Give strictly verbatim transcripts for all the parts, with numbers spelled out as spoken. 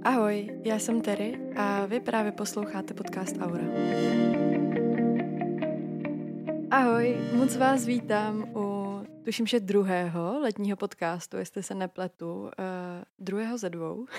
Ahoj, já jsem Terry a vy právě posloucháte podcast Aura. Ahoj, moc vás vítám u, tuším, že druhého letního podcastu, jestli se nepletu, uh, druhého ze dvou. uh,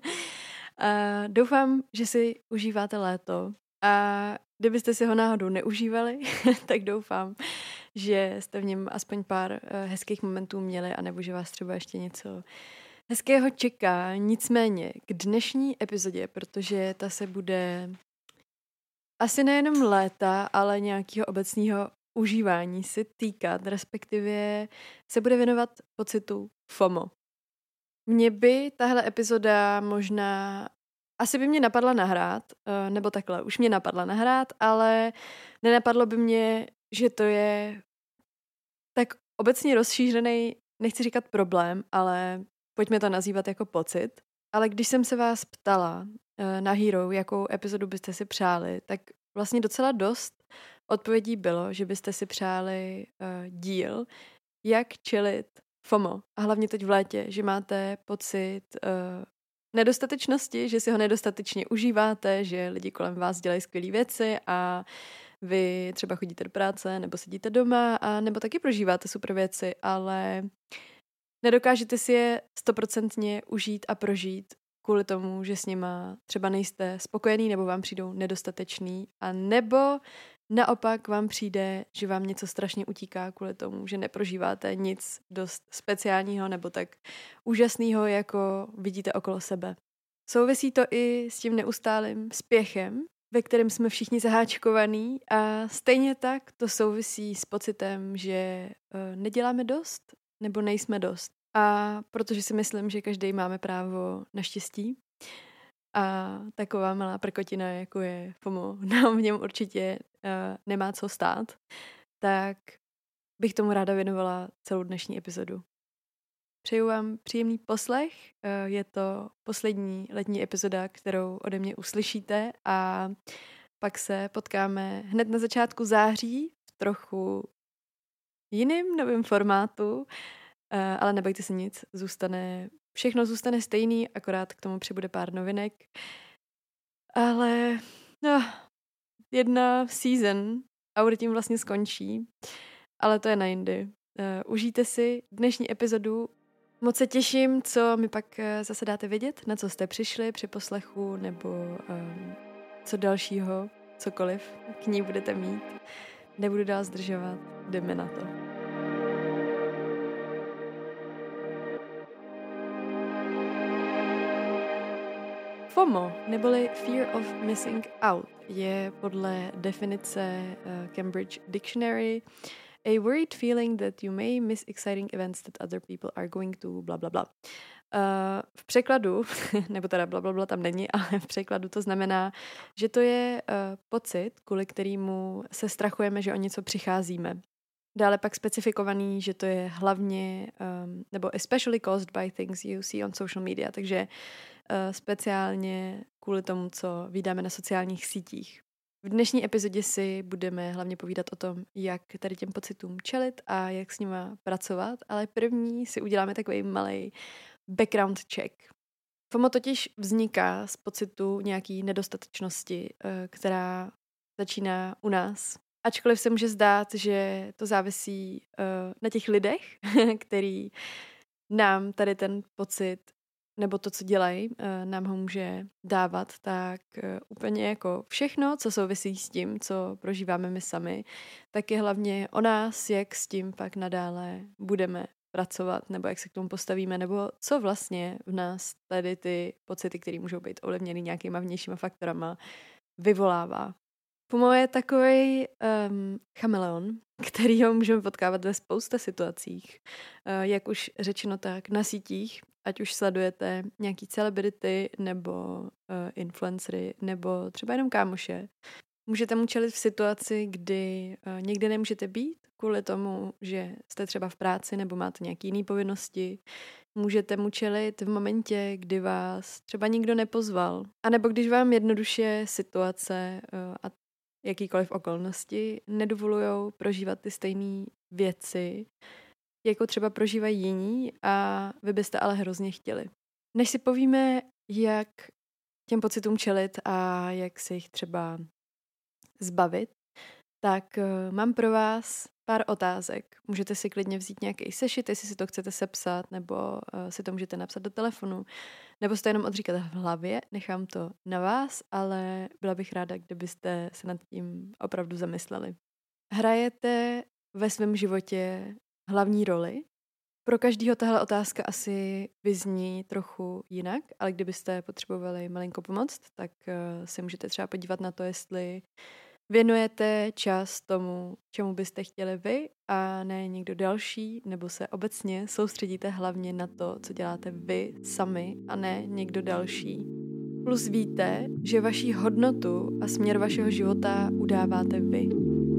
doufám, že si užíváte léto a kdybyste si ho náhodou neužívali, tak doufám, že jste v něm aspoň pár uh, hezkých momentů měli, anebo že vás třeba ještě něco hezkého čeká. Nicméně k dnešní epizodě, protože ta se bude asi nejenom léta, ale nějakého obecného užívání si týkat, respektive se bude věnovat pocitu FOMO. Mně by tahle epizoda možná, asi by mě napadla nahrát, nebo takhle, už mě napadla nahrát, ale nenapadlo by mě, že to je tak obecně rozšířený, nechci říkat problém, ale pojďme to nazývat jako pocit. Ale když jsem se vás ptala na Hero, jakou epizodu byste si přáli, tak vlastně docela dost odpovědí bylo, že byste si přáli uh, díl, jak čelit FOMO. A hlavně teď v létě, že máte pocit uh, nedostatečnosti, že si ho nedostatečně užíváte, že lidi kolem vás dělají skvělé věci a vy třeba chodíte do práce nebo sedíte doma a nebo taky prožíváte super věci, ale nedokážete si je stoprocentně užít a prožít kvůli tomu, že s nima třeba nejste spokojený nebo vám přijdou nedostatečný a nebo naopak vám přijde, že vám něco strašně utíká kvůli tomu, že neprožíváte nic dost speciálního nebo tak úžasného, jako vidíte okolo sebe. Souvisí to i s tím neustálým spěchem, ve kterém jsme všichni zaháčkovaní a stejně tak to souvisí s pocitem, že uh, neděláme dost nebo nejsme dost. A protože si myslím, že každý máme právo na štěstí a taková malá prkotina, jako je FOMO, nám v něm určitě uh, nemá co stát, tak bych tomu ráda věnovala celou dnešní epizodu. Přeju vám příjemný poslech, uh, je to poslední letní epizoda, kterou ode mě uslyšíte a pak se potkáme hned na začátku září v trochu jiným novým formátu, Uh, ale nebojte se nic, zůstane, všechno zůstane stejný, akorát k tomu přibude pár novinek. Ale no, jedna season Aura tím vlastně skončí, ale to je na jindy. Uh, užijte si dnešní epizodu. Moc se těším, co mi pak uh, zase dáte vědět, na co jste přišli při poslechu, nebo um, co dalšího, cokoliv k ní budete mít. Nebudu dál zdržovat, jdeme na to. FOMO, neboli Fear of Missing Out, je podle definice uh, Cambridge Dictionary a worried feeling that you may miss exciting events that other people are going to bla bla bla. Uh, v překladu, nebo teda bla bla bla tam není, ale v překladu to znamená, že to je uh, pocit, kvůli kterému se strachujeme, že o něco přicházíme. Dále pak specifikovaný, že to je hlavně, um, nebo especially caused by things you see on social media, takže uh, speciálně kvůli tomu, co vídáme na sociálních sítích. V dnešní epizodě si budeme hlavně povídat o tom, jak tady těm pocitům čelit a jak s nima pracovat, ale první si uděláme takový malej background check. FOMO totiž vzniká z pocitu nějaký nedostatečnosti, uh, která začíná u nás. Ačkoliv se může zdát, že to závisí uh, na těch lidech, který nám tady ten pocit, nebo to, co dělají, uh, nám ho může dávat, tak uh, úplně jako všechno, co souvisí s tím, co prožíváme my sami, tak je hlavně o nás, jak s tím pak nadále budeme pracovat, nebo jak se k tomu postavíme, nebo co vlastně v nás tady ty pocity, které můžou být ovlivněny nějakýma vnějšíma faktorama, vyvolává. FOMO je takový um, chameleon, kterýho můžeme potkávat ve spousta situacích. Uh, jak už řečeno tak na sítích, ať už sledujete nějaký celebrity nebo uh, influencery nebo třeba jenom kámoše. Můžete mu čelit v situaci, kdy uh, někde nemůžete být kvůli tomu, že jste třeba v práci nebo máte nějaké jiné povinnosti. Můžete mu čelit v momentě, kdy vás třeba nikdo nepozval. A nebo když vám jednoduše situace uh, a jakýkoliv okolnosti nedovolujou prožívat ty stejné věci, jako třeba prožívají jiní a vy byste ale hrozně chtěli. Než si povíme, jak těm pocitům čelit a jak se jich třeba zbavit, tak uh, mám pro vás pár otázek. Můžete si klidně vzít nějaký sešit, jestli si to chcete sepsat, nebo uh, si to můžete napsat do telefonu, nebo si to jenom odříkat v hlavě, nechám to na vás, ale byla bych ráda, kdybyste se nad tím opravdu zamysleli. Hrajete ve svém životě hlavní roli? Pro každého tahle otázka asi vyzní trochu jinak, ale kdybyste potřebovali malinko pomoct, tak uh, se můžete třeba podívat na to, jestli věnujete čas tomu, čemu byste chtěli vy a ne někdo další, nebo se obecně soustředíte hlavně na to, co děláte vy sami a ne někdo další. Plus víte, že vaši hodnotu a směr vašeho života udáváte vy.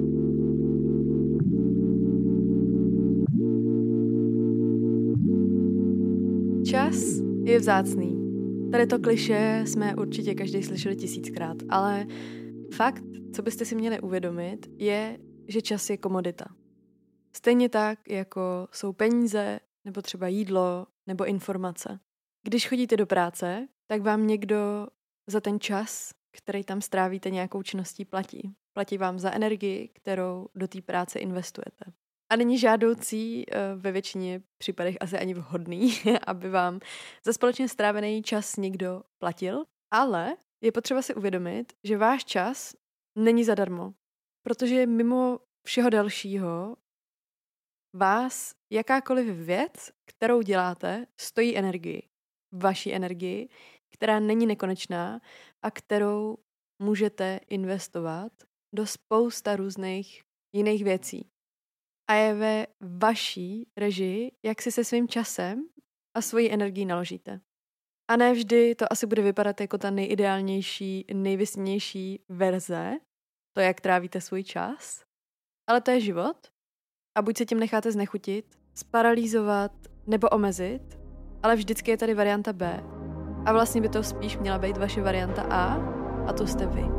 Čas je vzácný. Tady to klišé jsme určitě každý slyšeli tisíckrát, ale fakt, co byste si měli uvědomit, je, že čas je komodita. Stejně tak, jako jsou peníze, nebo třeba jídlo, nebo informace. Když chodíte do práce, tak vám někdo za ten čas, který tam strávíte nějakou činností, platí. Platí vám za energii, kterou do té práce investujete. A není žádoucí ve většině případech asi ani vhodný, aby vám za společně strávený čas někdo platil, ale je potřeba si uvědomit, že váš čas není zadarmo, protože mimo všeho dalšího vás jakákoliv věc, kterou děláte, stojí energii. Vaši energii, která není nekonečná a kterou můžete investovat do spousta různých jiných věcí. A je ve vaší režii, jak si se svým časem a svojí energií naložíte. A ne vždy to asi bude vypadat jako ta nejideálnější, nejvysnější verze, to, jak trávíte svůj čas, ale to je život a buď se tím necháte znechutit, sparalýzovat nebo omezit, ale vždycky je tady varianta B a vlastně by to spíš měla být vaše varianta A a to jste vy.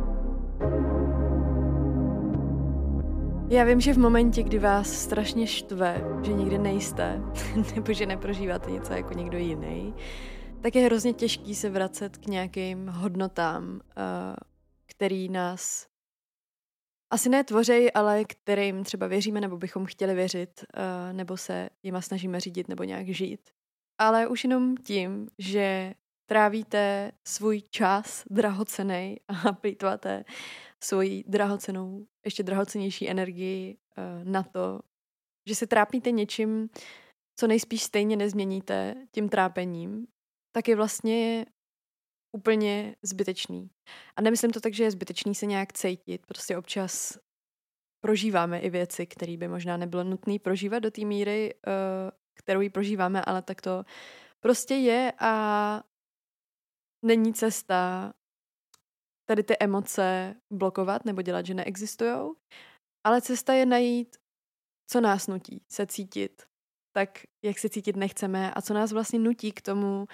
Já vím, že v momentě, kdy vás strašně štve, že nikdy nejste, nebo že neprožíváte něco jako někdo jiný, tak je hrozně těžký se vracet k nějakým hodnotám, který nás asi ne tvořejí, ale kterým třeba věříme, nebo bychom chtěli věřit, nebo se jima snažíme řídit nebo nějak žít. Ale už jenom tím, že trávíte svůj čas drahocennej a plýtváte svoji drahocenou, ještě drahocenější energii na to, že se trápíte něčím, co nejspíš stejně nezměníte tím trápením, tak je vlastně úplně zbytečný. A nemyslím to tak, že je zbytečný se nějak cítit. Prostě občas prožíváme i věci, které by možná nebylo nutné prožívat do té míry, kterou ji prožíváme, ale tak to prostě je a není cesta tady ty emoce blokovat nebo dělat, že neexistujou, ale cesta je najít, co nás nutí se cítit tak, jak se cítit nechceme a co nás vlastně nutí k tomu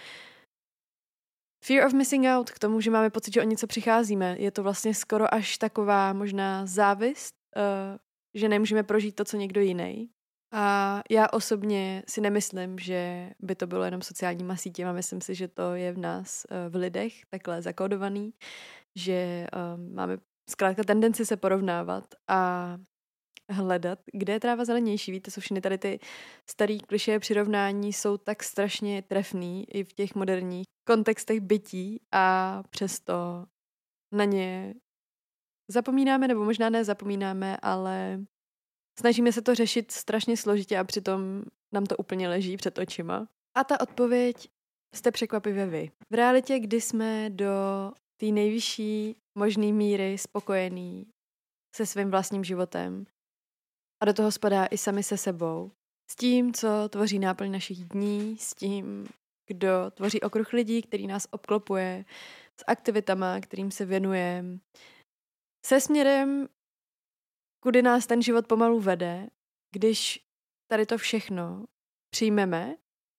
fear of missing out, k tomu, že máme pocit, že o něco přicházíme. Je to vlastně skoro až taková možná závist, uh, že nemůžeme prožít to, co někdo jiný. A já osobně si nemyslím, že by to bylo jenom sociálníma sítěma. Myslím si, že to je v nás, uh, v lidech, takhle zakódovaný, že uh, máme zkrátka tendenci se porovnávat a hledat, kde je tráva zelenější. Víte, co všechny tady ty starý klišé přirovnání jsou tak strašně trefný i v těch moderních kontextech bytí a přesto na ně zapomínáme, nebo možná ne zapomínáme, ale snažíme se to řešit strašně složitě a přitom nám to úplně leží před očima. A ta odpověď jste překvapivě vy. V realitě, kdy jsme do té nejvyšší možné míry spokojený se svým vlastním životem, a do toho spadá i sami se sebou. S tím, co tvoří náplň našich dní, s tím, kdo tvoří okruh lidí, který nás obklopuje, s aktivitama, kterým se věnujeme, se směrem, kudy nás ten život pomalu vede, když tady to všechno přijmeme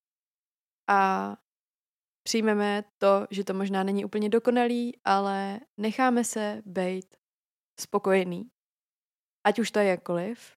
a přijmeme to, že to možná není úplně dokonalý, ale necháme se být spokojený. Ať už to je jakkoliv,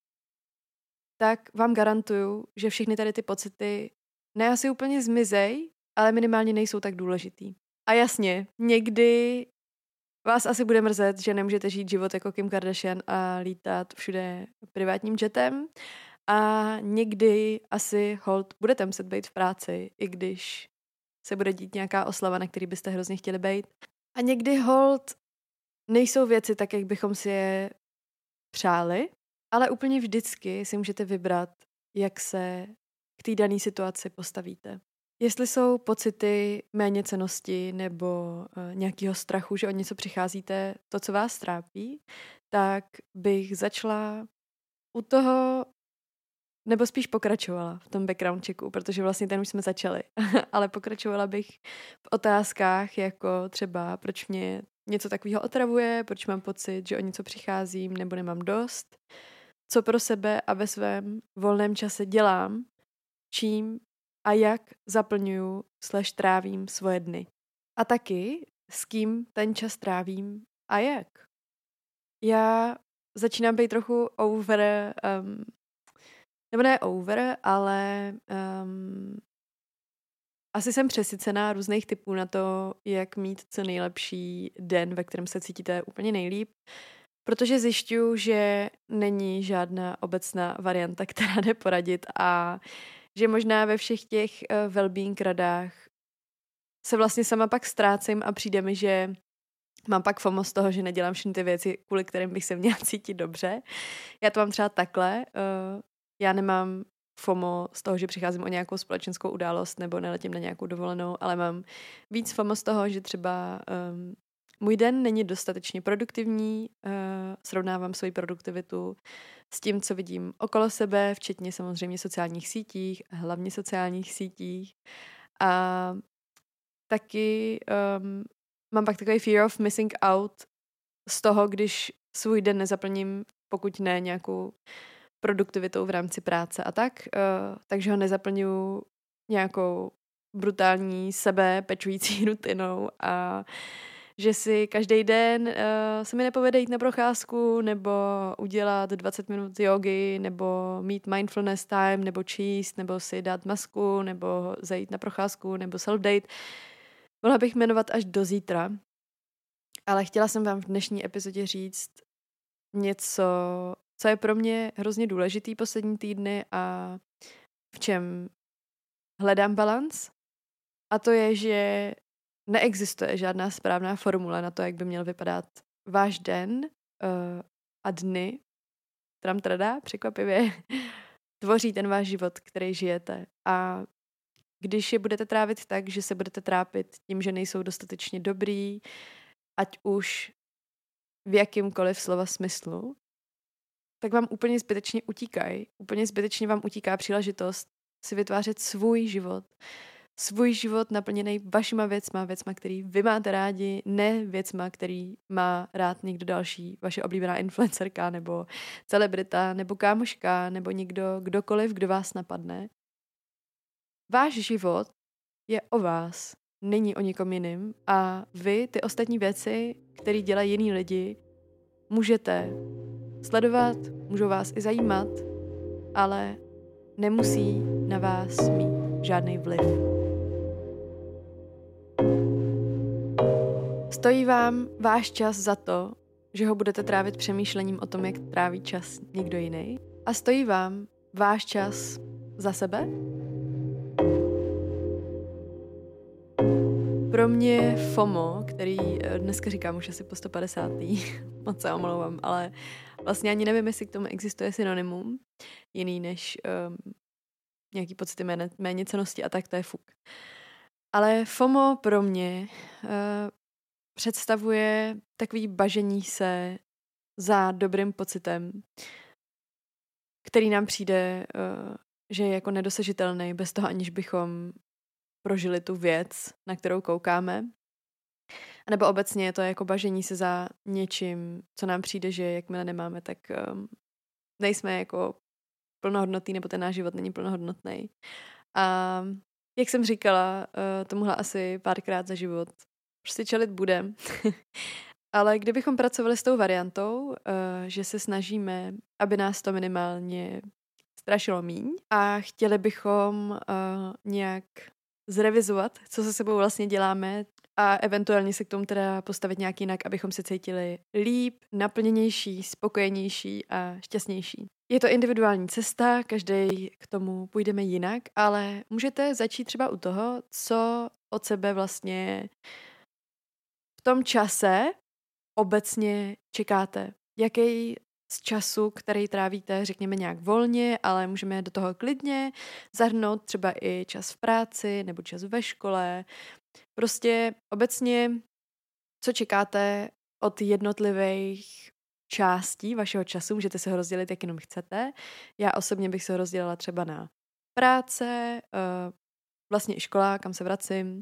tak vám garantuju, že všechny tady ty pocity ne asi úplně zmizej, ale minimálně nejsou tak důležitý. A jasně, někdy vás asi bude mrzet, že nemůžete žít život jako Kim Kardashian a lítat všude privátním jetem. A někdy asi hold budete muset být v práci, i když se bude dít nějaká oslava, na který byste hrozně chtěli být. A někdy hold nejsou věci tak, jak bychom si je přáli, ale úplně vždycky si můžete vybrat, jak se k té dané situaci postavíte. Jestli jsou pocity méněcennosti nebo uh, nějakého strachu, že o něco přicházíte, to, co vás trápí, tak bych začala u toho, nebo spíš pokračovala v tom background checku, protože vlastně ten už jsme začali, ale pokračovala bych v otázkách jako třeba, proč mě něco takového otravuje, proč mám pocit, že o něco přicházím nebo nemám dost, co pro sebe a ve svém volném čase dělám, čím a jak zaplňuju slash trávím svoje dny. A taky, s kým ten čas trávím a jak. Já začínám být trochu over, um, nebo ne over, ale um, asi jsem přesycená různých typů na to, jak mít co nejlepší den, ve kterém se cítíte úplně nejlíp, protože zjišťuju, že není žádná obecná varianta, která jde poradit a že možná ve všech těch uh, well-being radách se vlastně sama pak ztrácím a přijde mi, že mám pak FOMO z toho, že nedělám všechny ty věci, kvůli kterým bych se měla cítit dobře. Já to mám třeba takhle. Uh, já nemám FOMO z toho, že přicházím o nějakou společenskou událost nebo neletím na nějakou dovolenou, ale mám víc FOMO z toho, že třeba um, můj den není dostatečně produktivní, uh, srovnávám svoji produktivitu s tím, co vidím okolo sebe, včetně samozřejmě sociálních sítích, hlavně sociálních sítích. A taky um, mám pak takový fear of missing out z toho, když svůj den nezaplním, pokud ne nějakou produktivitou v rámci práce a tak, uh, takže ho nezaplňuju nějakou brutální sebe pečující rutinou a že si každý den uh, se mi nepovede jít na procházku nebo udělat dvacet minut jogy nebo mít mindfulness time nebo číst nebo si dát masku nebo zajít na procházku nebo self-date. Mohla bych jmenovat až do zítra, ale chtěla jsem vám v dnešní epizodě říct něco, co je pro mě hrozně důležitý poslední týdny a v čem hledám balans. A to je, že neexistuje žádná správná formule na to, jak by měl vypadat váš den uh, a dny, tram trada, překvapivě, tvoří ten váš život, který žijete. A když je budete trávit tak, že se budete trápit tím, že nejsou dostatečně dobrý, ať už v jakýmkoliv slova smyslu, tak vám úplně zbytečně utíkají. Úplně zbytečně vám utíká příležitost si vytvářet svůj život. Svůj život naplněný vašima věcma, věcma, který vy máte rádi, ne věcma, který má rád někdo další, vaše oblíbená influencerka, nebo celebrita, nebo kámoška, nebo někdo, kdokoliv, kdo vás napadne. Váš život je o vás, není o nikom jiným a vy ty ostatní věci, které dělají jiní lidi, můžete sledovat, můžou vás i zajímat, ale nemusí na vás mít žádný vliv. Stojí vám váš čas za to, že ho budete trávit přemýšlením o tom, jak tráví čas někdo jiný? A stojí vám váš čas za sebe? Pro mě FOMO, který dneska říkám už asi po sto padesátý moc se omlouvám, ale vlastně ani nevím, jestli k tomu existuje synonymum jiný než um, nějaký pocity méně, méněcennosti a tak, to je fuk. Ale FOMO pro mě uh, představuje takový bažení se za dobrým pocitem, který nám přijde, uh, že je jako nedosažitelný bez toho, aniž bychom prožili tu věc, na kterou koukáme. A nebo obecně je to jako bažení se za něčím, co nám přijde, že jakmile nemáme, tak um, nejsme jako plnohodnotný, nebo ten náš život není plnohodnotný. A jak jsem říkala, uh, tomuhle asi párkrát za život prostě čelit budem. Ale kdybychom pracovali s tou variantou, uh, že se snažíme, aby nás to minimálně strašilo míň a chtěli bychom uh, nějak zrevizovat, co se sebou vlastně děláme a eventuálně se k tomu teda postavit nějak jinak, abychom se cítili líp, naplněnější, spokojenější a šťastnější. Je to individuální cesta, každý k tomu půjdeme jinak, ale můžete začít třeba u toho, co od sebe vlastně v tom čase obecně čekáte. Jaký z času, který trávíte, řekněme nějak volně, ale můžeme do toho klidně zahrnout třeba i čas v práci nebo čas ve škole. Prostě obecně, co čekáte od jednotlivých částí vašeho času, můžete se ho rozdělit, jak jenom chcete. Já osobně bych se ho rozdělila třeba na práce, vlastně i škola, kam se vracím,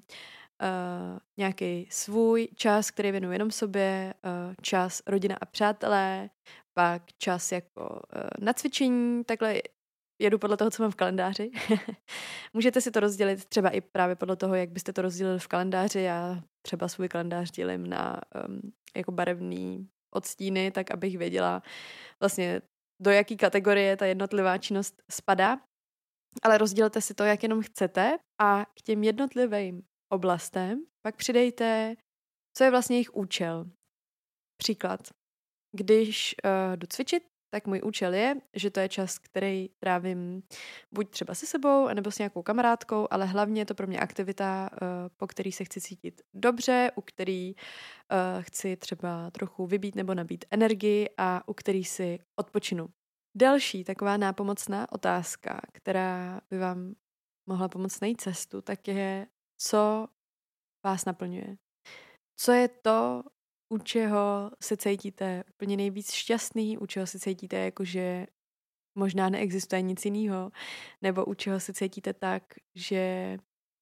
nějaký svůj čas, který věnuji jenom sobě, čas rodina a přátelé, pak čas jako na cvičení, takhle jedu podle toho, co mám v kalendáři. Můžete si to rozdělit třeba i právě podle toho, jak byste to rozdělili v kalendáři. Já třeba svůj kalendář dělím na um, jako barevný odstíny, tak abych věděla vlastně, do jaký kategorie ta jednotlivá činnost spadá. Ale rozdělte si to, jak jenom chcete a k těm jednotlivým oblastem pak přidejte, co je vlastně jejich účel. Příklad. Když uh, jdu cvičit, tak můj účel je, že to je čas, který trávím buď třeba se sebou, nebo s nějakou kamarádkou, ale hlavně je to pro mě aktivita, uh, po který se chci cítit dobře, u který uh, chci třeba trochu vybít nebo nabít energii a u který si odpočinu. Další taková nápomocná otázka, která by vám mohla pomoct najít cestu, tak je, co vás naplňuje. Co je to, u čeho se cítíte úplně nejvíc šťastný, u čeho se cítíte jako, že možná neexistuje nic jiného, nebo u čeho se cítíte tak, že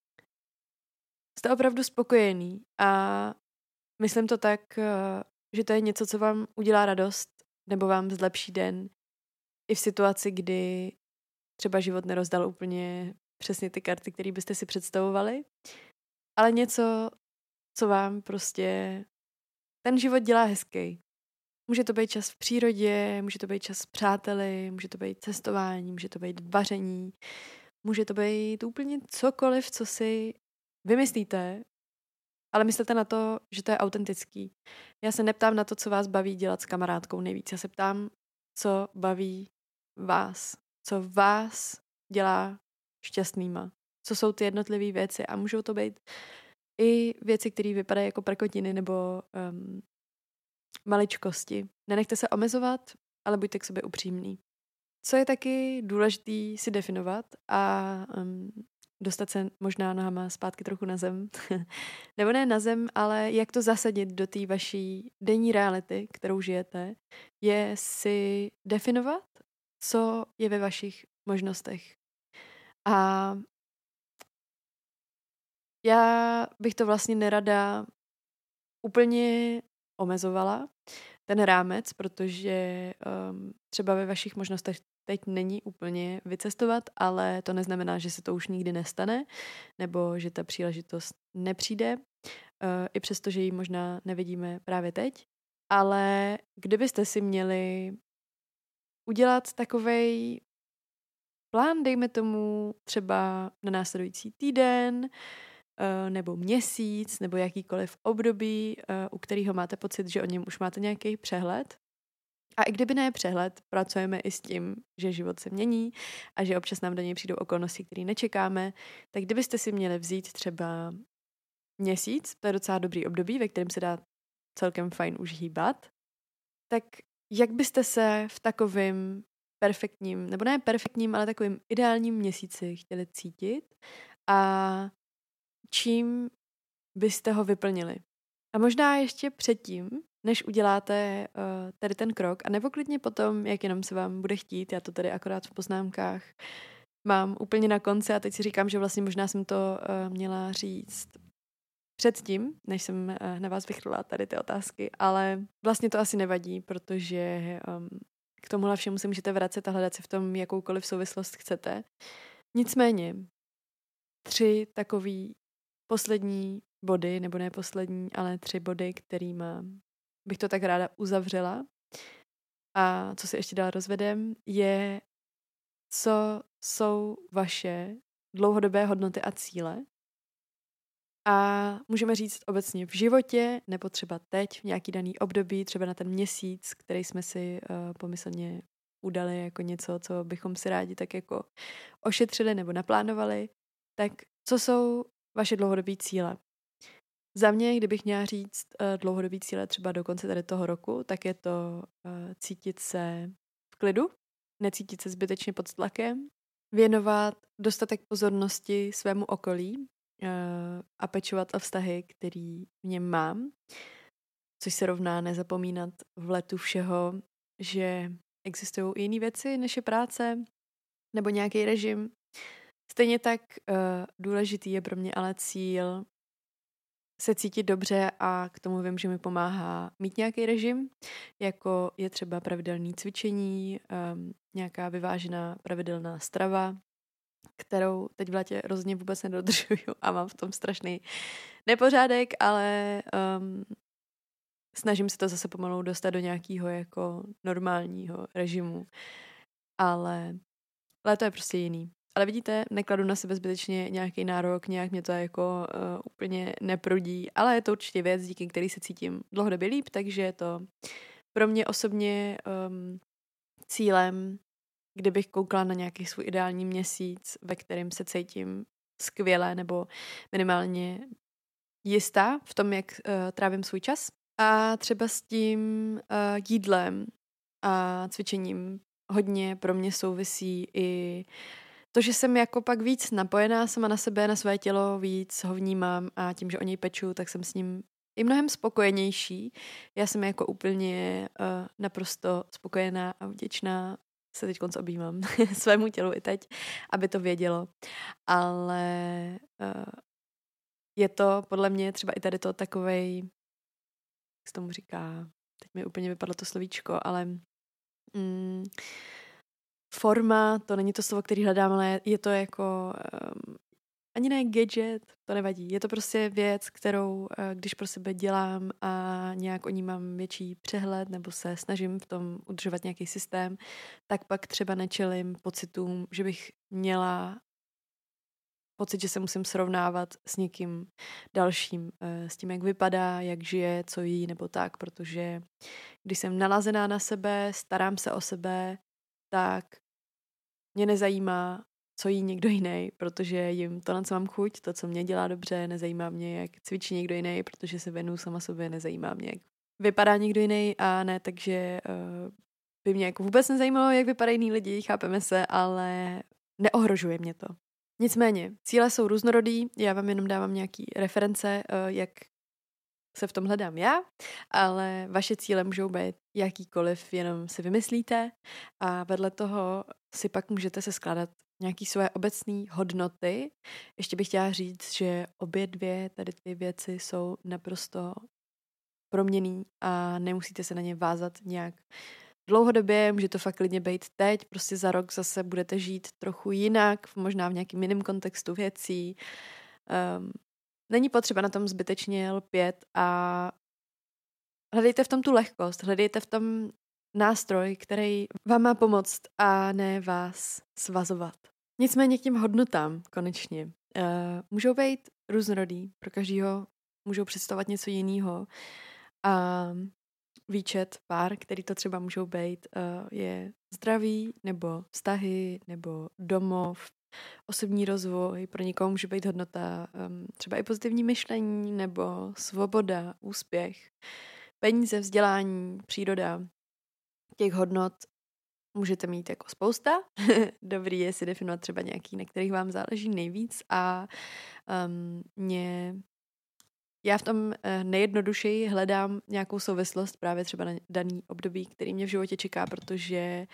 jste opravdu spokojený a myslím to tak, že to je něco, co vám udělá radost nebo vám zlepší den i v situaci, kdy třeba život nerozdal úplně přesně ty karty, které byste si představovali, ale něco, co vám prostě ten život dělá hezký. Může to být čas v přírodě, může to být čas s přáteli, může to být cestování, může to být vaření, může to být úplně cokoliv, co si vymyslíte, ale myslete na to, že to je autentický. Já se neptám na to, co vás baví dělat s kamarádkou nejvíc. Já se ptám, co baví vás, co vás dělá šťastnýma. Co jsou ty jednotlivé věci a můžou to být i věci, které vypadají jako prkotiny nebo um, maličkosti. Nenechte se omezovat, ale buďte k sobě upřímný. Co je taky důležitý si definovat a um, dostat se možná nohama zpátky trochu na zem. Nebo ne na zem, ale jak to zasadit do té vaší denní reality, kterou žijete, je si definovat, co je ve vašich možnostech. A já bych to vlastně nerada úplně omezovala, ten rámec, protože um, třeba ve vašich možnostech teď není úplně vycestovat, ale to neznamená, že se to už nikdy nestane, nebo že ta příležitost nepřijde, uh, i přesto, že ji možná nevidíme právě teď. Ale kdybyste si měli udělat takovej plán, dejme tomu třeba na následující týden, nebo měsíc, nebo jakýkoliv období, u kterého máte pocit, že o něm už máte nějaký přehled. A i kdyby ne přehled, pracujeme i s tím, že život se mění a že občas nám do něj přijdou okolnosti, které nečekáme, tak kdybyste si měli vzít třeba měsíc, to je docela dobrý období, ve kterém se dá celkem fajn už hýbat, tak jak byste se v takovém perfektním, nebo ne perfektním, ale takovým ideálním měsíci chtěli cítit a čím byste ho vyplnili. A možná ještě předtím, než uděláte uh, tady ten krok, a nebo klidně potom, jak jenom se vám bude chtít, já to tady akorát v poznámkách mám úplně na konci a teď si říkám, že vlastně možná jsem to uh, měla říct předtím, než jsem uh, na vás vychrla tady ty otázky, ale vlastně to asi nevadí, protože um, k tomuhle všemu se můžete vracet a hledat si v tom jakoukoliv souvislost chcete. Nicméně, tři takový poslední body, nebo ne poslední, ale tři body, kterýma bych to tak ráda uzavřela a co si ještě dál rozvedem, je, co jsou vaše dlouhodobé hodnoty a cíle A můžeme říct obecně v životě, nebo třeba teď v nějaký daný období, třeba na ten měsíc, který jsme si uh, pomyslně udali jako něco, co bychom si rádi tak jako ošetřili nebo naplánovali, tak co jsou vaše dlouhodobé cíle? Za mě, kdybych měla říct uh, dlouhodobý cíle třeba do konce tady toho roku, tak je to uh, cítit se v klidu, necítit se zbytečně pod tlakem, věnovat dostatek pozornosti svému okolí uh, a pečovat o vztahy, který v něm mám, což se rovná nezapomínat v letu všeho, že existují i jiné věci, než je práce nebo nějaký režim. Stejně tak uh, důležitý je pro mě ale cíl se cítit dobře a k tomu vím, že mi pomáhá mít nějaký režim, jako je třeba pravidelné cvičení, um, nějaká vyvážená pravidelná strava, kterou teď v létě rozhodně vůbec nedodržuju a mám v tom strašný nepořádek, ale um, snažím se to zase pomalu dostat do nějakého jako normálního režimu. Ale léto je prostě jiný. Ale vidíte, nekladu na sebe zbytečně nějaký nárok, nějak mě to jako uh, úplně neprudí, ale je to určitě věc, díky který se cítím dlouhodobě líp, takže je to pro mě osobně um, cílem, kdybych koukala na nějaký svůj ideální měsíc, ve kterém se cítím skvěle nebo minimálně jistá v tom, jak uh, trávím svůj čas. A třeba s tím uh, jídlem a cvičením hodně pro mě souvisí i to, že jsem jako pak víc napojená sama na sebe, na své tělo, víc ho vnímám a tím, že o něj peču, tak jsem s ním i mnohem spokojenější. Já jsem jako úplně uh, naprosto spokojená a vděčná, se teď konc objímám svému tělu i teď, aby to vědělo. Ale uh, je to podle mě třeba i tady to takovej, jak se tomu říká, teď mi úplně vypadlo to slovíčko, ale mm, forma, to není to slovo, který hledám, ale je to jako um, ani ne gadget, to nevadí. Je to prostě věc, kterou uh, když pro sebe dělám a nějak o ní mám větší přehled nebo se snažím v tom udržovat nějaký systém, tak pak třeba nečelím pocitům, že bych měla pocit, že se musím srovnávat s někým dalším, s tím, jak vypadá, jak žije, co jí nebo tak, protože když jsem nalazená na sebe, starám se o sebe, tak mě nezajímá, co jí někdo jiný, protože jim to, na co mám chuť, to, co mě dělá dobře, nezajímá mě, jak cvičí někdo jiný, protože se věnuju sama sobě, nezajímá mě, jak vypadá někdo jiný a ne, takže uh, by mě jako vůbec nezajímalo, jak vypadají jiný lidi, chápeme se, ale neohrožuje mě to. Nicméně, cíle jsou různorodý, já vám jenom dávám nějaký reference, uh, jak se v tom hledám já, ale vaše cíle můžou být jakýkoliv, jenom si vymyslíte a vedle toho si pak můžete se skládat nějaký své obecné hodnoty. Ještě bych chtěla říct, že obě dvě tady ty věci jsou naprosto proměnný a nemusíte se na ně vázat nějak dlouhodobě, může to fakt klidně být teď, prostě za rok zase budete žít trochu jinak, možná v nějakým jiném kontextu věcí. Um, Není potřeba na tom zbytečně lpět a hledejte v tom tu lehkost, hledejte v tom nástroj, který vám má pomoct a ne vás svazovat. Nicméně k těm hodnotám konečně. Uh, můžou být různorodý, pro každýho můžou představovat něco jiného a výčet pár, který to třeba můžou být, uh, je zdraví, nebo vztahy, nebo domov, osobní rozvoj, pro někoho může být hodnota um, třeba i pozitivní myšlení, nebo svoboda, úspěch, peníze, vzdělání, příroda. Těch hodnot můžete mít jako spousta. Dobrý je si definovat třeba nějaký, na kterých vám záleží nejvíc a um, mě já v tom nejjednodušeji hledám nějakou souvislost právě třeba na daný období, který mě v životě čeká, protože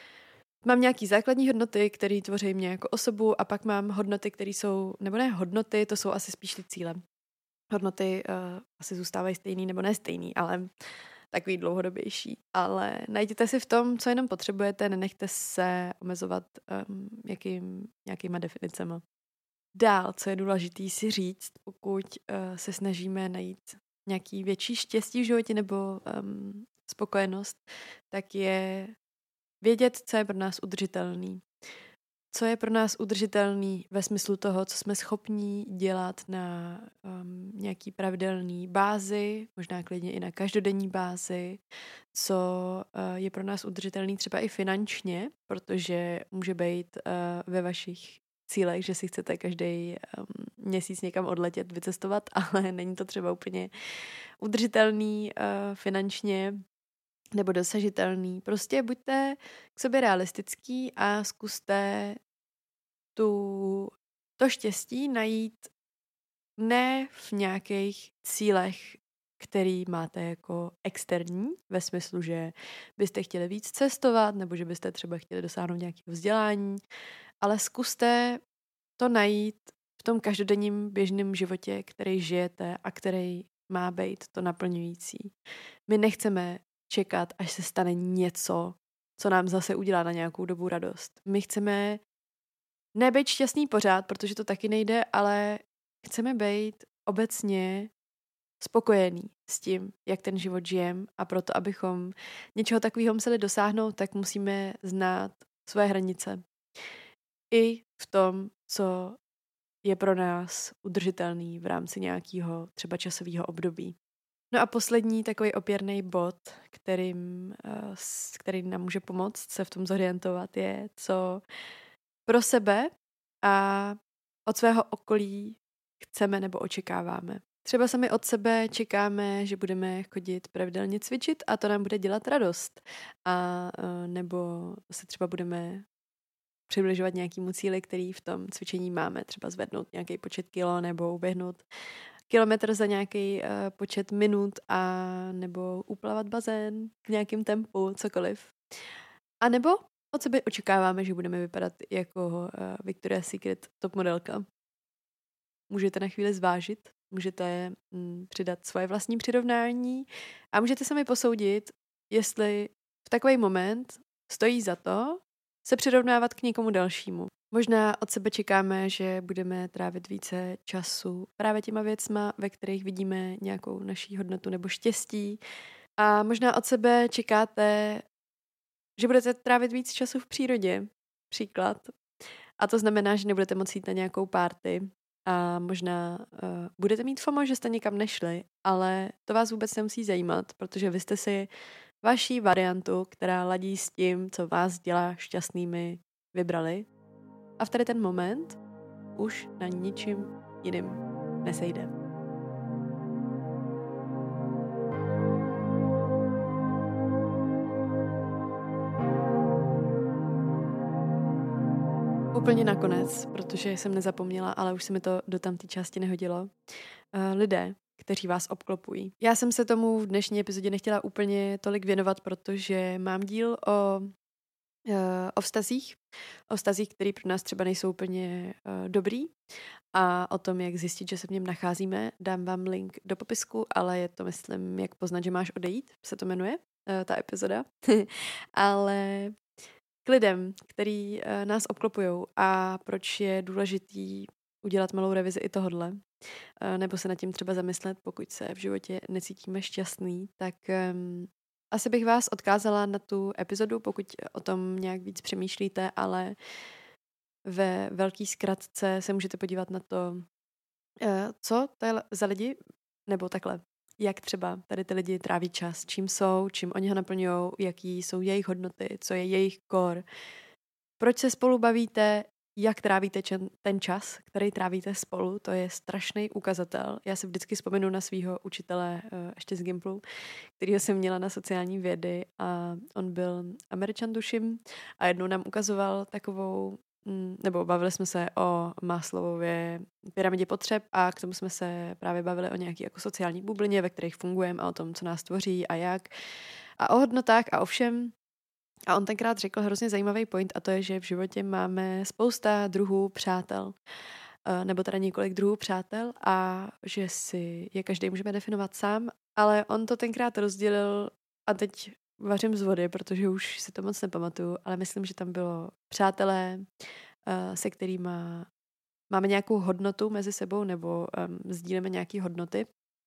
mám nějaký základní hodnoty, které tvoří mě jako osobu a pak mám hodnoty, které jsou, nebo ne hodnoty, to jsou asi spíš ty cíle. Hodnoty uh, asi zůstávají stejný nebo ne stejný, ale takový dlouhodobější. Ale najděte si v tom, co jenom potřebujete, nenechte se omezovat um, jakým, nějakýma definicema. Dál, co je důležitý si říct, pokud uh, se snažíme najít nějaký větší štěstí v životě nebo um, spokojenost, tak je vědět, co je pro nás udržitelný. co je pro nás udržitelný ve smyslu toho, co jsme schopní dělat na um, nějaký pravidelný bázi, možná klidně i na každodenní bázi, co uh, je pro nás udržitelný třeba i finančně, protože může být uh, ve vašich cílech, že si chcete každý um, měsíc někam odletět, vycestovat, ale není to třeba úplně udržitelný uh, finančně nebo dosažitelný. Prostě buďte k sobě realistický a zkuste tu, to štěstí najít ne v nějakých cílech, který máte jako externí, ve smyslu, že byste chtěli víc cestovat, nebo že byste třeba chtěli dosáhnout nějakého vzdělání, ale zkuste to najít v tom každodenním běžném životě, který žijete a který má být to naplňující. My nechceme čekat, až se stane něco, co nám zase udělá na nějakou dobu radost. My chceme nebejt šťastný pořád, protože to taky nejde, ale chceme být obecně spokojený s tím, jak ten život žijem, a proto, abychom něčeho takového museli dosáhnout, tak musíme znát svoje hranice. I v tom, co je pro nás udržitelný v rámci nějakého třeba časového období. No a poslední takový opěrný bod, kterým, který nám může pomoct se v tom zorientovat, je, co pro sebe a od svého okolí chceme nebo očekáváme. Třeba sami od sebe čekáme, že budeme chodit pravidelně cvičit a to nám bude dělat radost. A nebo se třeba budeme přibližovat nějakému cíli, který v tom cvičení máme. Třeba zvednout nějaký počet kilo nebo uběhnout kilometr za nějaký uh, počet minut a nebo uplavat bazén v nějakém tempu, cokoliv. A nebo od sebe očekáváme, že budeme vypadat jako uh, Victoria's Secret top modelka. Můžete na chvíli zvážit, můžete mm, přidat svoje vlastní přirovnání a můžete sami posoudit, jestli v takový moment stojí za to se přirovnávat k někomu dalšímu. Možná od sebe čekáme, že budeme trávit více času právě těma věcma, ve kterých vidíme nějakou naší hodnotu nebo štěstí. A možná od sebe čekáte, že budete trávit víc času v přírodě. Příklad. A to znamená, že nebudete moct jít na nějakou party. A možná uh, budete mít FOMO, že jste někam nešli, ale to vás vůbec nemusí zajímat, protože vy jste si vaší variantu, která ladí s tím, co vás dělá šťastnými, vybrali. A v tady ten moment už na ničím jiným nesejde. Úplně nakonec, protože jsem nezapomněla, ale už se mi to do tamté části nehodilo. Uh, lidé, kteří vás obklopují. Já jsem se tomu v dnešní epizodě nechtěla úplně tolik věnovat, protože mám díl o o vztazích, o vztazích, které pro nás třeba nejsou úplně uh, dobrý a o tom, jak zjistit, že se v něm nacházíme. Dám vám link do popisku, ale je to, myslím, jak poznat, že máš odejít, se to jmenuje, uh, ta epizoda. Ale k lidem, který uh, nás obklopujou a proč je důležitý udělat malou revizi i tohodle, uh, nebo se nad tím třeba zamyslet, pokud se v životě necítíme šťastný, tak um, asi bych vás odkázala na tu epizodu, pokud o tom nějak víc přemýšlíte, ale ve velký zkratce se můžete podívat na to, co to je za lidi, nebo takhle, jak třeba tady ty lidi tráví čas, čím jsou, čím oni ho naplňují, jaký jsou jejich hodnoty, co je jejich core, proč se spolu bavíte, jak trávíte ten čas, který trávíte spolu, to je strašný ukazatel. Já si vždycky vzpomenu na svého učitele ještě z Gimplu, kterýho jsem měla na sociální vědy a on byl Američan, tuším, a jednou nám ukazoval takovou, nebo bavili jsme se o Maslowově pyramidě potřeb a k tomu jsme se právě bavili o nějaký jako sociální bublině, ve kterých fungujeme a o tom, co nás tvoří a jak. A o hodnotách a o všem. A on tenkrát řekl hrozně zajímavý point a to je, že v životě máme spousta druhů přátel, nebo teda několik druhů přátel a že si je každý můžeme definovat sám, ale on to tenkrát rozdělil a teď vařím z vody, protože už si to moc nepamatuju, ale myslím, že tam bylo přátelé, se kterými máme nějakou hodnotu mezi sebou nebo um, sdílíme nějaké hodnoty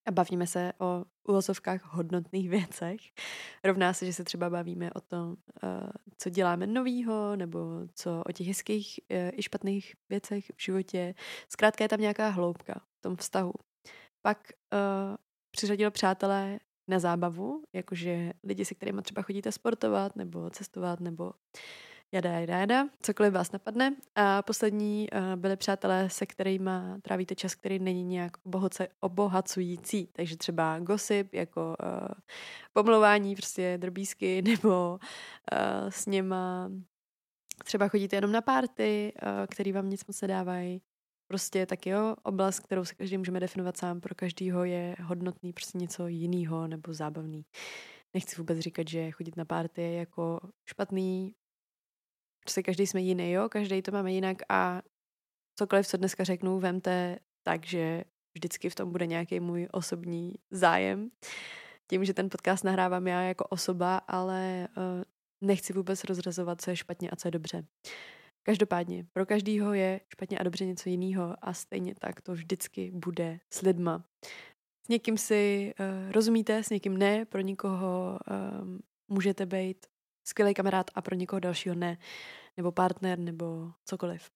a bavíme se o uvozovkách hodnotných věcech. Rovná se, že se třeba bavíme o tom, co děláme novýho, nebo co o těch hezkých i špatných věcech v životě. Zkrátka je tam nějaká hloubka v tom vztahu. Pak uh, přiřadil přátelé na zábavu, jakože lidi, se kterými třeba chodíte sportovat, nebo cestovat, nebo jada, jada, jada, cokoliv vás napadne. A poslední uh, byly přátelé, se kterými trávíte čas, který není nějak obohoce, obohacující. Takže třeba gossip, jako uh, pomlouvání, prostě drbísky, nebo uh, s něma třeba chodíte jenom na párty, uh, který vám nic moc nedávají. Prostě tak jo, oblast, kterou se každý můžeme definovat sám, pro každýho je hodnotný prostě něco jiného nebo zábavný. Nechci vůbec říkat, že chodit na párty je jako špatný. Prostě každý jsme jiný, jo, každý to máme jinak a cokoliv, co dneska řeknu, vemte tak, že vždycky v tom bude nějaký můj osobní zájem. Tím, že ten podcast nahrávám já jako osoba, ale uh, nechci vůbec rozrazovat, co je špatně a co je dobře. Každopádně, pro každýho je špatně a dobře něco jiného a stejně tak to vždycky bude s lidma. S někým si uh, rozumíte, s někým ne, pro někoho um, můžete být skvělý kamarád a pro někoho dalšího ne, nebo partner, nebo cokoliv.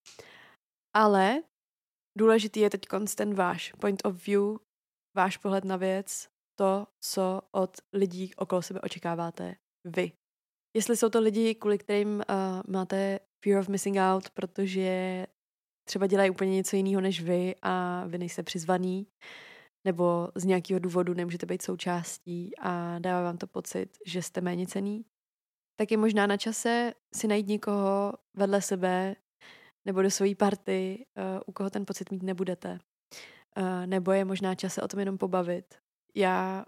Ale důležitý je teď ten váš point of view, váš pohled na věc, to, co od lidí okolo sebe očekáváte vy. Jestli jsou to lidi, kvůli kterým uh, máte fear of missing out, protože třeba dělají úplně něco jiného než vy a vy nejste přizvaný, nebo z nějakého důvodu nemůžete být součástí a dává vám to pocit, že jste méněcenný, tak je možná na čase si najít někoho vedle sebe nebo do své party, uh, u koho ten pocit mít nebudete. Uh, nebo je možná čas se o tom jenom pobavit. Já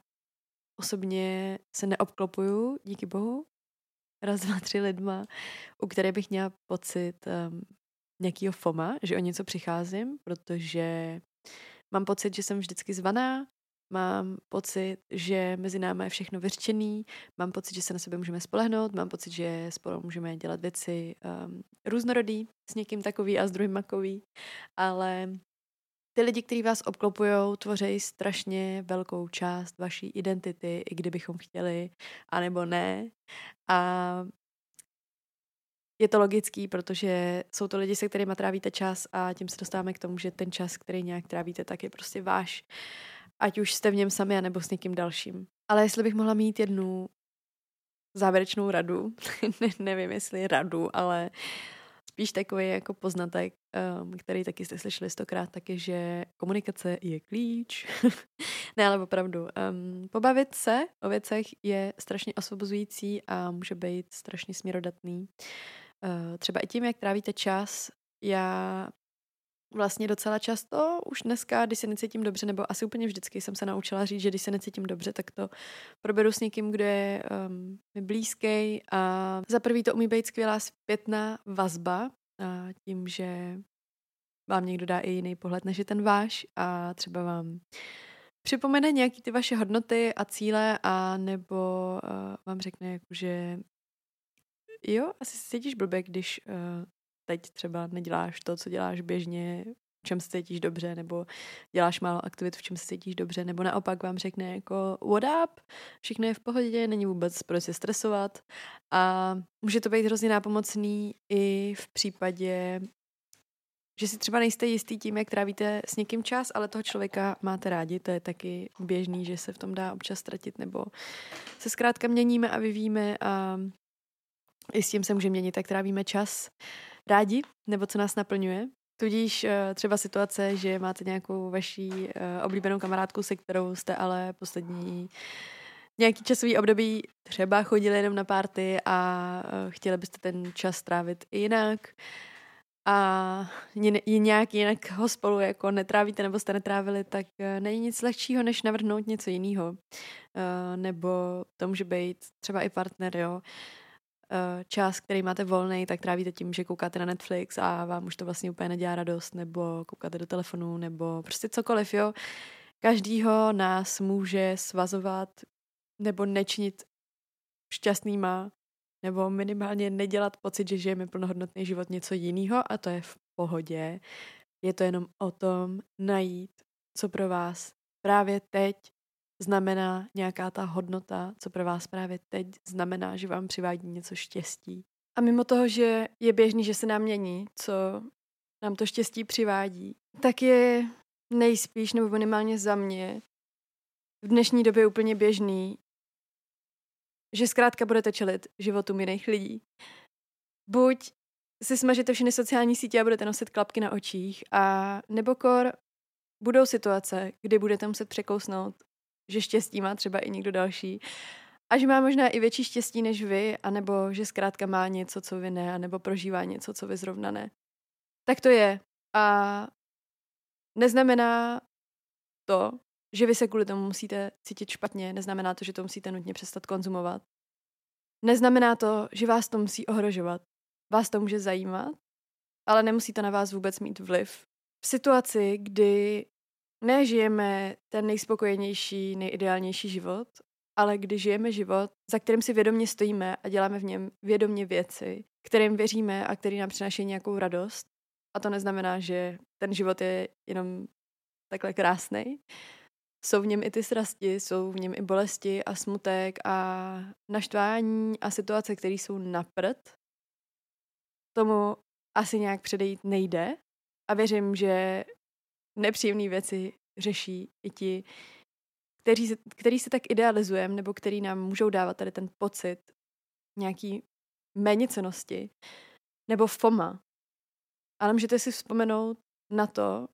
osobně se neobklopuju, díky bohu, raz, dva, tři lidma, u které bych měla pocit um, nějakýho foma, že o něco přicházím, protože mám pocit, že jsem vždycky zvaná, mám pocit, že mezi námi je všechno vyřčený, mám pocit, že se na sebe můžeme spolehnout, mám pocit, že spolu můžeme dělat věci um, různorodý, s někým takový a s druhým makový, ale ty lidi, kteří vás obklopujou, tvoří strašně velkou část vaší identity, i kdybychom chtěli, anebo ne. A je to logický, protože jsou to lidi, se kterými trávíte čas a tím se dostáváme k tomu, že ten čas, který nějak trávíte, tak je prostě váš. Ať už jste v něm sami, anebo s někým dalším. Ale jestli bych mohla mít jednu závěrečnou radu, ne, nevím, jestli radu, ale spíš takový jako poznatek, um, který taky jste slyšeli stokrát, tak je, že komunikace je klíč. Ne, ale opravdu. Um, pobavit se o věcech je strašně osvobozující a může být strašně směrodatný. Uh, třeba i tím, jak trávíte čas, já vlastně docela často už dneska, když se necítím dobře, nebo asi úplně vždycky jsem se naučila říct, že když se necítím dobře, tak to proberu s někým, kdo je um, mi blízký a za prvý to umí být skvělá zpětná vazba a tím, že vám někdo dá i jiný pohled, než je ten váš a třeba vám připomene nějaký ty vaše hodnoty a cíle a nebo uh, vám řekne, jako, že jo, asi se cítíš blbě, když uh, teď třeba neděláš to, co děláš běžně, v čem se cítíš dobře, nebo děláš málo aktivit, v čem se cítíš dobře, nebo naopak vám řekne jako what up, všechno je v pohodě, není vůbec proč se stresovat a může to být hrozně nápomocný i v případě, že si třeba nejste jistý tím, jak trávíte s někým čas, ale toho člověka máte rádi, to je taky běžný, že se v tom dá občas ztratit, nebo se zkrátka měníme a vyvíjíme a i s tím se může měnit, jak trávíme čas rádi, nebo co nás naplňuje. Tudíž třeba situace, že máte nějakou vaší oblíbenou kamarádku, se kterou jste ale poslední nějaký časový období třeba chodili jenom na párty a chtěli byste ten čas trávit i jinak a nějak jinak ho spolu jako netrávíte nebo jste netrávili, tak není nic lehčího, než navrhnout něco jiného. Nebo to může být třeba i partner, jo. Čas, který máte volný, tak trávíte tím, že koukáte na Netflix a vám už to vlastně úplně nedělá radost, nebo koukáte do telefonu, nebo prostě cokoliv, jo. Každýho nás může svazovat nebo nečinit šťastnýma, nebo minimálně nedělat pocit, že žijeme plnohodnotný život něco jiného a to je v pohodě. Je to jenom o tom najít, co pro vás právě teď znamená nějaká ta hodnota, co pro vás právě teď znamená, že vám přivádí něco štěstí. A mimo toho, že je běžný, že se nám mění, co nám to štěstí přivádí, tak je nejspíš, nebo minimálně za mě, v dnešní době úplně běžný, že zkrátka budete čelit životům jiných lidí. Buď si smažete všechny sociální sítě a budete nosit klapky na očích, a nebo kor budou situace, kdy budete muset překousnout, že štěstí má třeba i někdo další a že má možná i větší štěstí než vy, anebo že zkrátka má něco, co vy ne, anebo prožívá něco, co vy zrovna ne. Tak to je. A neznamená to, že vy se kvůli tomu musíte cítit špatně, neznamená to, že to musíte nutně přestat konzumovat. Neznamená to, že vás to musí ohrožovat. Vás to může zajímat, ale nemusí to na vás vůbec mít vliv. V situaci, kdy nežijeme ten nejspokojenější, nejideálnější život, ale kdy žijeme život, za kterým si vědomě stojíme a děláme v něm vědomě věci, kterým věříme a který nám přináší nějakou radost. A to neznamená, že ten život je jenom takhle krásnej. Jsou v něm i ty srasti, jsou v něm i bolesti a smutek a naštvání a situace, které jsou na prd. Tomu asi nějak předejít nejde a věřím, že nepříjemné věci řeší i ti, kteří se, který se tak idealizujeme, nebo který nám můžou dávat tady ten pocit nějaký méněcennosti nebo FOMA. Ale můžete si vzpomenout na to,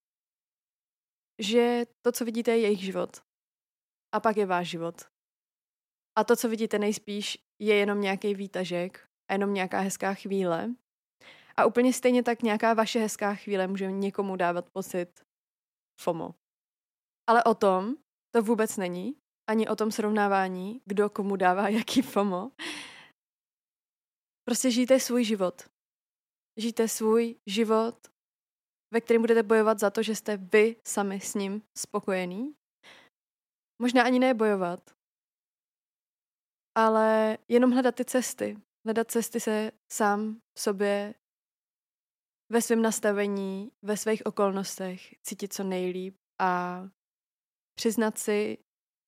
že to, co vidíte, je jejich život. A pak je váš život. A to, co vidíte nejspíš, je jenom nějaký výtažek a jenom nějaká hezká chvíle. A úplně stejně tak nějaká vaše hezká chvíle může někomu dávat pocit FOMO. Ale o tom to vůbec není. Ani o tom srovnávání, kdo komu dává jaký FOMO. Prostě žijte svůj život. Žijte svůj život, ve kterém budete bojovat za to, že jste vy sami s ním spokojení. Možná ani ne bojovat, ale jenom hledat ty cesty. Hledat cesty se sám v sobě, ve svém nastavení, ve svých okolnostech cítit co nejlíp a přiznat si,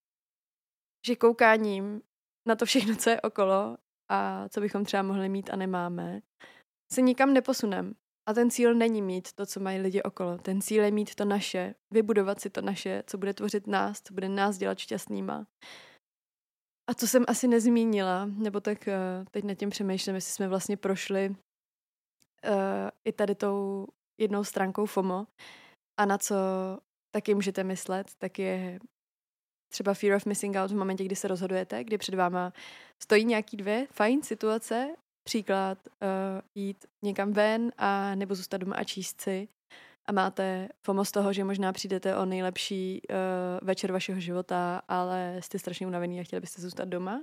že koukáním na to všechno, co je okolo a co bychom třeba mohli mít a nemáme, se nikam neposunem. A ten cíl není mít to, co mají lidi okolo. Ten cíl je mít to naše, vybudovat si to naše, co bude tvořit nás, co bude nás dělat šťastnýma. A co jsem asi nezmínila, nebo tak uh, teď nad tím přemýšlím, jestli jsme vlastně prošli uh, i tady tou jednou stránkou FOMO a na co taky můžete myslet, tak je třeba fear of missing out v momentě, kdy se rozhodujete, kdy před váma stojí nějaký dvě fajn situace, příklad uh, jít někam ven a nebo zůstat doma a číst si a máte FOMO z toho, že možná přijdete o nejlepší uh, večer vašeho života, ale jste strašně unavený a chtěli byste zůstat doma.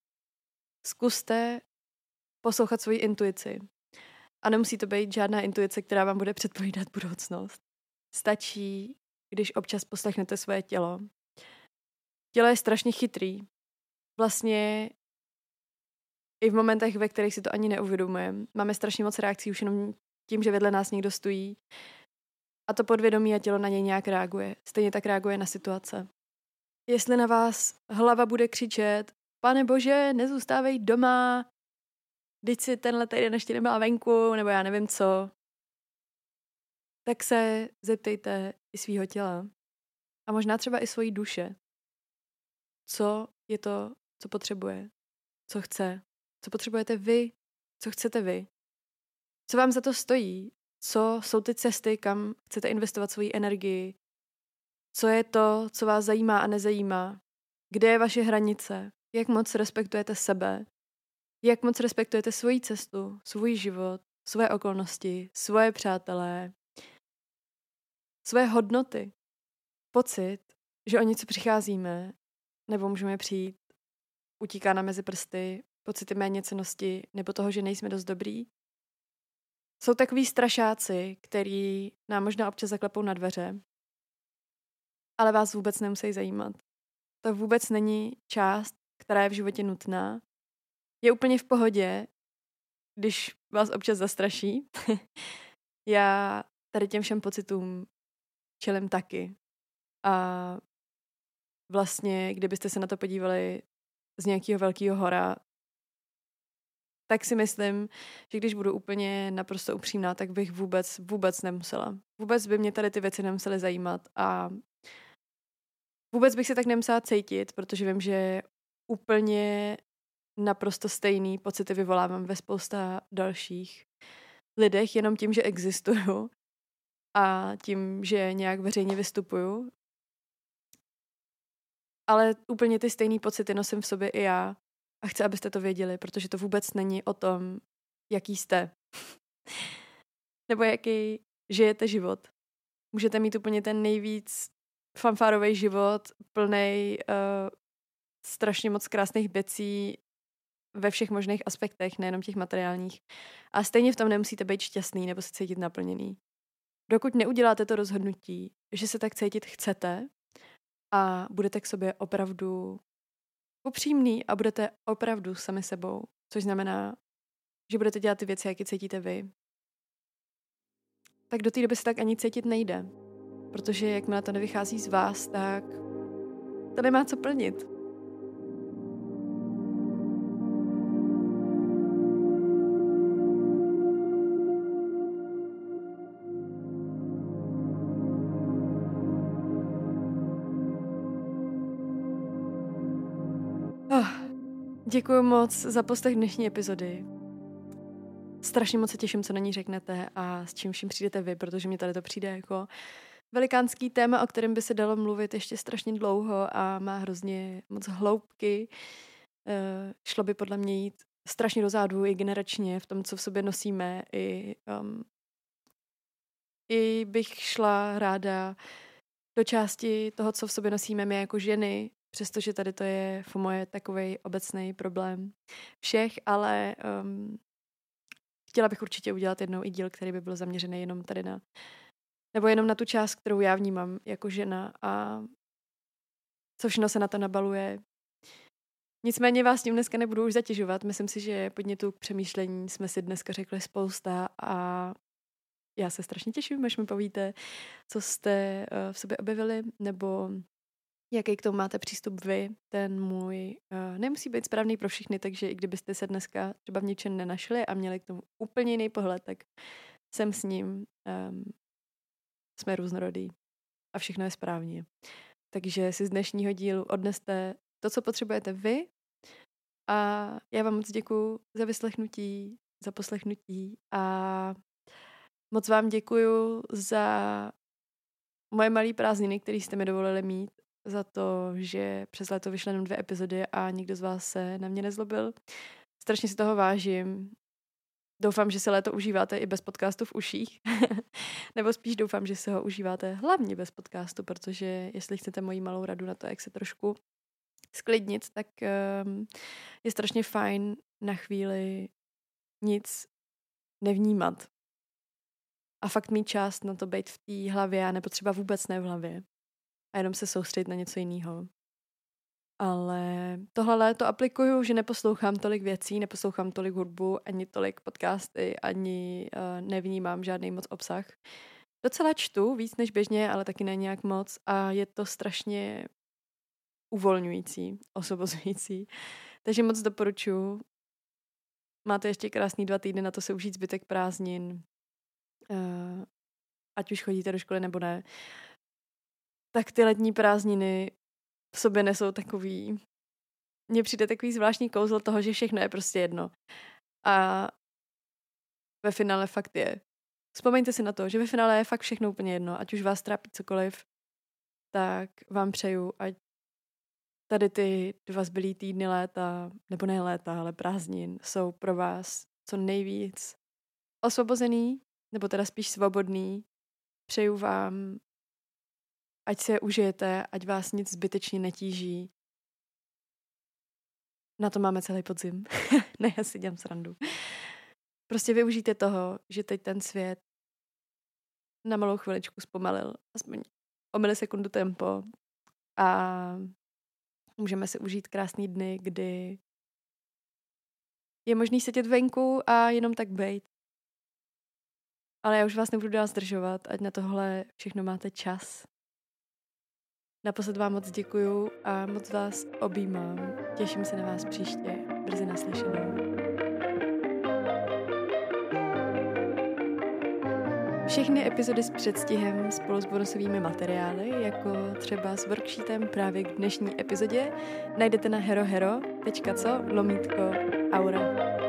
Zkuste poslouchat svoji intuici. A nemusí to být žádná intuice, která vám bude předpovídat budoucnost. Stačí, když občas poslechnete svoje tělo. Tělo je strašně chytrý. Vlastně i v momentech, ve kterých si to ani neuvědomujeme. Máme strašně moc reakcí už jenom tím, že vedle nás někdo stojí. A to podvědomí a tělo na něj nějak reaguje. Stejně tak reaguje na situace. Jestli na vás hlava bude křičet, pane bože, nezůstávej doma, vždyť si tenhle týden ještě nebyla venku, nebo já nevím co, tak se zeptejte i svýho těla. A možná třeba i svojí duše. Co je to, co potřebuje? Co chce? Co potřebujete vy? Co chcete vy? Co vám za to stojí? Co jsou ty cesty, kam chcete investovat svoji energii? Co je to, co vás zajímá a nezajímá? Kde je vaše hranice? Jak moc respektujete sebe? Jak moc respektujete svoji cestu, svůj život, svoje okolnosti, svoje přátelé, svoje hodnoty? Pocit, že o něco přicházíme, nebo můžeme přijít, utíká nám mezi prsty, pocity méněcennosti, nebo toho, že nejsme dost dobrý. Jsou takový strašáci, který nám možná občas zaklepou na dveře, ale vás vůbec nemusí zajímat. To vůbec není část, která je v životě nutná. Je úplně v pohodě, když vás občas zastraší. Já tady těm všem pocitům čelím taky. A vlastně, kdybyste se na to podívali z nějakého velkého hora, tak si myslím, že když budu úplně naprosto upřímná, tak bych vůbec, vůbec nemusela. Vůbec by mě tady ty věci nemusely zajímat a vůbec bych se tak nemusela cítit, protože vím, že úplně naprosto stejný pocity vyvolávám ve spousta dalších lidech, jenom tím, že existuju a tím, že nějak veřejně vystupuju. Ale úplně ty stejný pocity nosím v sobě i já a chci, abyste to věděli, protože to vůbec není o tom, jaký jste. Nebo jaký žijete život. Můžete mít úplně ten nejvíc fanfárový život, plnej uh, strašně moc krásných věcí ve všech možných aspektech, nejenom těch materiálních. A stejně v tom nemusíte být šťastný nebo se cítit naplněný. Dokud neuděláte to rozhodnutí, že se tak cítit chcete a budete k sobě opravdu upřímný a budete opravdu sami sebou, což znamená, že budete dělat ty věci, jak je cítíte vy, tak do té doby se tak ani cítit nejde. Protože jakmile to nevychází z vás, tak to nemá co plnit. Oh, děkuji moc za poslech dnešní epizody. Strašně moc se těším, co na ní řeknete a s čím vším přijdete vy, protože mi tady to přijde jako velikánský téma, o kterém by se dalo mluvit ještě strašně dlouho a má hrozně moc hloubky. Uh, šlo by podle mě jít strašně dozadu i generačně v tom, co v sobě nosíme. I, um, i bych šla ráda do části toho, co v sobě nosíme my jako ženy, přestože tady to je v moje takovej obecný problém všech, ale um, chtěla bych určitě udělat jednou i díl, který by byl zaměřený jenom tady na, nebo jenom na tu část, kterou já vnímám jako žena a co všechno se na to nabaluje. Nicméně vás tím dneska nebudu už zatěžovat. Myslím si, že podnětů k přemýšlení jsme si dneska řekli spousta a já se strašně těším, až mi povíte, co jste v sobě objevili, nebo jaký k tomu máte přístup vy. Ten můj uh, nemusí být správný pro všechny, takže i kdybyste se dneska třeba v něčem nenašli a měli k tomu úplně jiný pohled, tak jsem s ním, um, jsme různorodý a všechno je správně. Takže si z dnešního dílu odneste to, co potřebujete vy a já vám moc děkuju za vyslechnutí, za poslechnutí a moc vám děkuju za moje malé prázdniny, které jste mi dovolili mít, za to, že přes léto vyšly jenom dvě epizody a nikdo z vás se na mě nezlobil. Strašně si toho vážím. Doufám, že se léto užíváte i bez podcastu v uších. Nebo spíš doufám, že se ho užíváte hlavně bez podcastu, protože jestli chcete moji malou radu na to, jak se trošku sklidnit, tak um, je strašně fajn na chvíli nic nevnímat. A fakt mít čas na to být v té hlavě a nebo třeba vůbec ne v hlavě. A jenom se soustředit na něco jiného. Ale tohle léto aplikuju, že neposlouchám tolik věcí, neposlouchám tolik hudbu, ani tolik podcasty, ani uh, nevnímám žádný moc obsah. Docela čtu, víc než běžně, ale taky ne nějak moc a je to strašně uvolňující, osvobozující. Takže moc doporučuji. Máte ještě krásný dva týdny na to se užít zbytek prázdnin. Uh, ať už chodíte do školy nebo ne. Tak ty letní prázdniny v sobě nesou takový, mně přijde takový zvláštní kouzlo toho, že všechno je prostě jedno. A ve finále fakt je. Vzpomeňte si na to, že ve finále je fakt všechno úplně jedno. Ať už vás trápí cokoliv, tak vám přeju, ať tady ty dva zbylý týdny léta, nebo ne léta, ale prázdnin, jsou pro vás co nejvíc osvobozený, nebo teda spíš svobodný. Přeju vám, ať se je užijete, ať vás nic zbytečně netíží. Na to máme celý podzim. Ne, já si dělám srandu. Prostě využijte toho, že teď ten svět na malou chviličku zpomalil. Aspoň o milisekundu tempo. A můžeme si užít krásný dny, kdy je možný sedět venku a jenom tak bejt. Ale já už vás nebudu dál zdržovat, ať na tohle všechno máte čas. Naposled vám moc děkuju a moc vás objímám. Těším se na vás příště. Brzy naslyšenou. Všechny epizody s předstihem spolu s bonusovými materiály, jako třeba s worksheetem právě k dnešní epizodě, najdete na herohero tečka co lomítko aura.